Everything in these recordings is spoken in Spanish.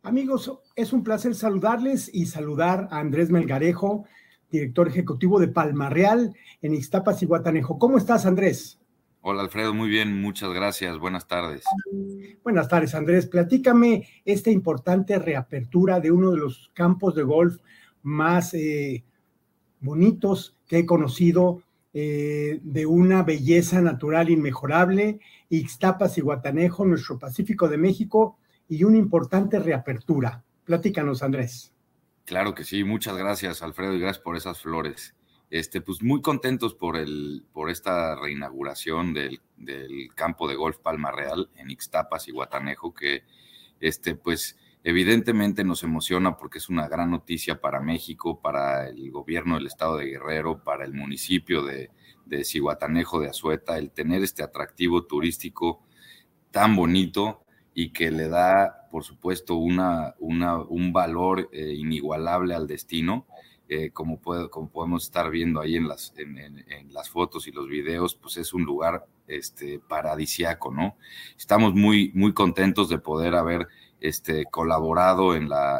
Amigos, es un placer saludarles y saludar a Andrés Melgarejo, director ejecutivo de Palma Real en Ixtapas y Guatanejo. ¿Cómo estás, Andrés? Hola Alfredo, muy bien, muchas gracias, buenas tardes. Buenas tardes, Andrés. Platícame esta importante reapertura de uno de los campos de golf más bonitos que he conocido, de una belleza natural inmejorable, Ixtapas y Guatanejo, nuestro Pacífico de México, y una importante reapertura. Platícanos, Andrés. Claro que sí, muchas gracias Alfredo y gracias por esas flores. Pues muy contentos por esta reinauguración del campo de golf Palma Real en Ixtapas y Guatanejo, que pues evidentemente nos emociona porque es una gran noticia para México, para el gobierno del estado de Guerrero, para el municipio de Zihuatanejo de Azueta, el tener este atractivo turístico tan bonito y que le da, por supuesto, un valor inigualable al destino. Como podemos estar viendo ahí en las fotos y los videos, pues es un lugar paradisiaco, ¿no? Estamos muy, muy contentos de poder haber colaborado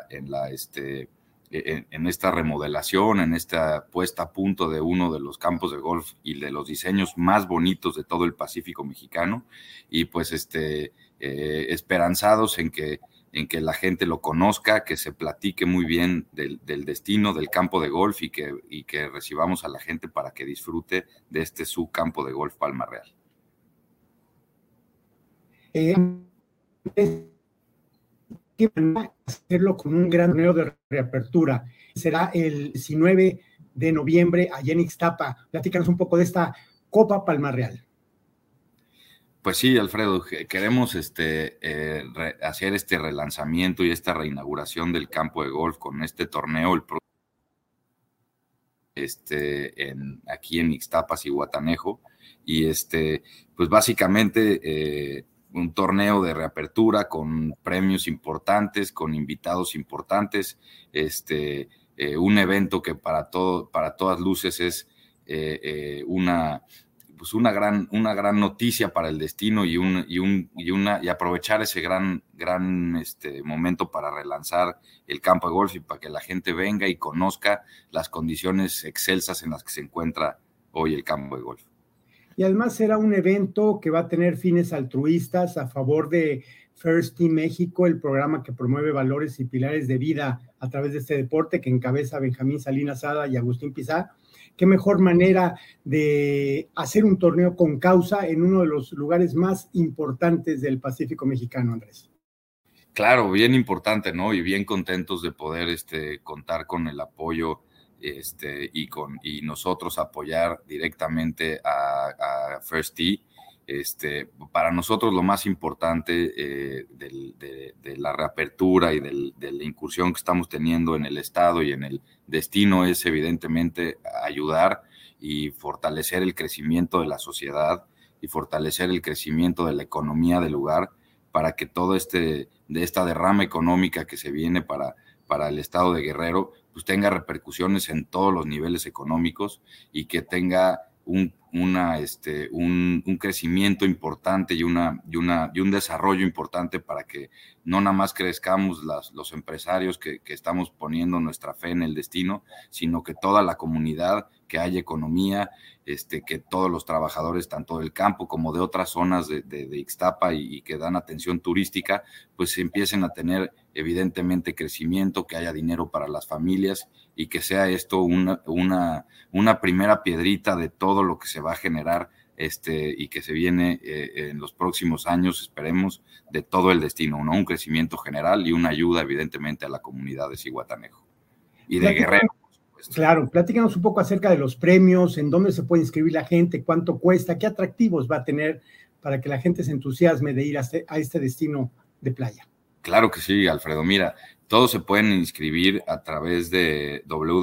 en esta remodelación, en esta puesta a punto de uno de los campos de golf y de los diseños más bonitos de todo el Pacífico mexicano, y pues esperanzados en que la gente lo conozca, que se platique muy bien del destino del campo de golf y que recibamos a la gente para que disfrute de su campo de golf Palma Real. Que van a hacerlo con un gran torneo de reapertura. Será el 19 de noviembre allá en Ixtapa. Platícanos un poco de esta Copa Palma Real. Pues sí, Alfredo, queremos hacer este relanzamiento y esta reinauguración del campo de golf con este torneo aquí en Ixtapas y Guatanejo, y pues básicamente un torneo de reapertura con premios importantes, con invitados importantes, un evento que para todas luces es una gran noticia para el destino y aprovechar ese gran momento para relanzar el campo de golf y para que la gente venga y conozca las condiciones excelsas en las que se encuentra hoy el campo de golf. Y además será un evento que va a tener fines altruistas a favor de First Team México, el programa que promueve valores y pilares de vida a través de este deporte que encabeza Benjamín Salinas Sada y Agustín Pizá. Qué mejor manera de hacer un torneo con causa en uno de los lugares más importantes del Pacífico mexicano, Andrés. Claro, bien importante, ¿no? Y bien contentos de poder contar con el apoyo y nosotros apoyar directamente a First Tee. Para nosotros lo más importante de la reapertura y de la incursión que estamos teniendo en el estado y en el destino es evidentemente ayudar y fortalecer el crecimiento de la sociedad y fortalecer el crecimiento de la economía del lugar, para que todo de esta derrama económica que se viene para el estado de Guerrero, pues tenga repercusiones en todos los niveles económicos y que tenga un crecimiento importante y un desarrollo importante, para que no nada más crezcamos los empresarios que estamos poniendo nuestra fe en el destino, sino que toda la comunidad, que haya economía, que todos los trabajadores, tanto del campo como de otras zonas de Ixtapa y que dan atención turística, pues empiecen a tener evidentemente crecimiento, que haya dinero para las familias y que sea esto una primera piedrita de todo lo que se va a generar y que se viene en los próximos años, esperemos, de todo el destino, ¿no? Un crecimiento general y una ayuda evidentemente a la comunidad de Zihuatanejo y de Guerrero. Claro, platícanos un poco acerca de los premios, en dónde se puede inscribir la gente, cuánto cuesta, qué atractivos va a tener para que la gente se entusiasme de ir a este destino de playa. Claro que sí, Alfredo. Mira, todos se pueden inscribir a través de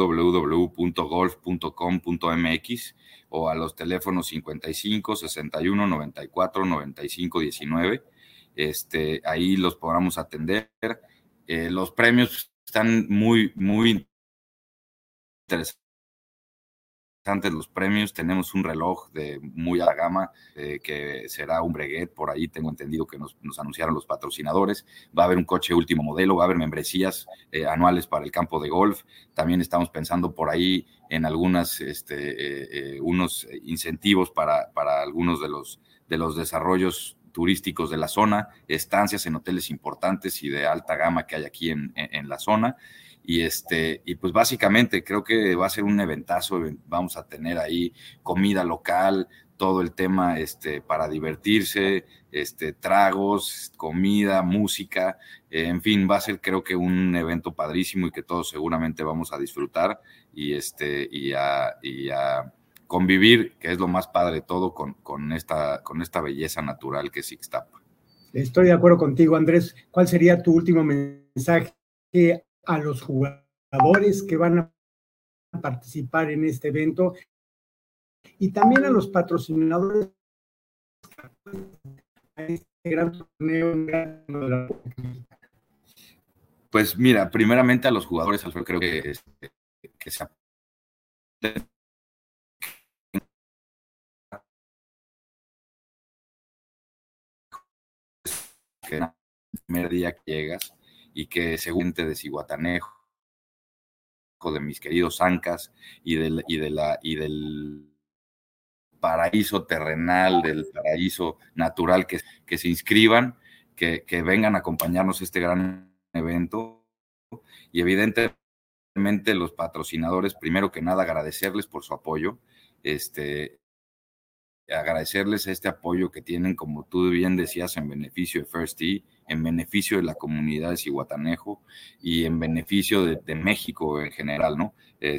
www.golf.com.mx o a los teléfonos 55 61 94 95 19. Ahí los podamos atender. Los premios están muy, muy interesantes. antes los premios. Tenemos un reloj de muy a la gama que será un Breguet, por ahí tengo entendido que nos anunciaron los patrocinadores. Va a haber un coche último modelo, va a haber membresías anuales para el campo de golf. También estamos pensando por ahí en algunas unos incentivos para algunos de los desarrollos turísticos de la zona, estancias en hoteles importantes y de alta gama que hay aquí en la zona. Y pues básicamente creo que va a ser un eventazo. Vamos a tener ahí comida local, todo el tema para divertirse, tragos, comida, música, en fin, va a ser creo que un evento padrísimo y que todos seguramente vamos a disfrutar y a convivir, que es lo más padre de todo, con esta belleza natural que es Ixtapa. Estoy de acuerdo contigo, Andrés. ¿Cuál sería tu último mensaje a los jugadores que van a participar en este evento y también a los patrocinadores a este gran torneo de la República? Pues mira, primeramente a los jugadores, Alfredo, creo que se que el primer día que llegas y que según te de Zihuatanejo, de mis queridos Ancas y del paraíso terrenal, del paraíso natural, que se inscriban, que vengan a acompañarnos a este gran evento. Y evidentemente los patrocinadores, primero que nada agradecerles por su apoyo, agradecerles este apoyo que tienen, como tú bien decías, en beneficio de First Tee, en beneficio de la comunidad de Zihuatanejo y en beneficio de México en general, ¿no?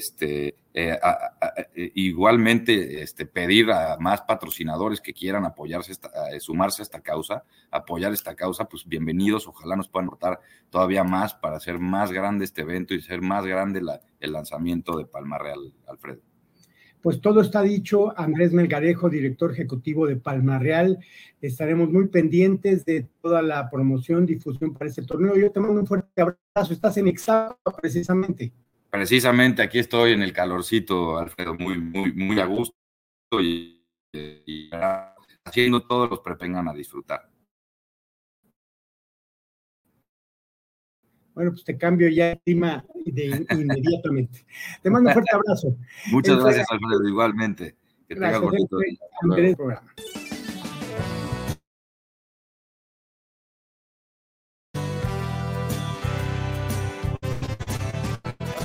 Igualmente, pedir a más patrocinadores que quieran sumarse a esta causa, apoyar esta causa, pues bienvenidos, ojalá nos puedan notar todavía más para hacer más grande este evento y ser más grande el lanzamiento de Palma Real, Alfredo. Pues todo está dicho. Andrés Melgarejo, director ejecutivo de Palma Real. Estaremos muy pendientes de toda la promoción, difusión para este torneo. Yo te mando un fuerte abrazo. Estás en Ixtapa, precisamente. Precisamente, aquí estoy en el calorcito, Alfredo, muy, muy, muy a gusto y haciendo todos los prepengan a disfrutar. Bueno, pues te cambio ya el clima inmediatamente. Te mando un fuerte abrazo. Muchas gracias, Alfredo, igualmente. Que tengas bonito día. Andrés, programa.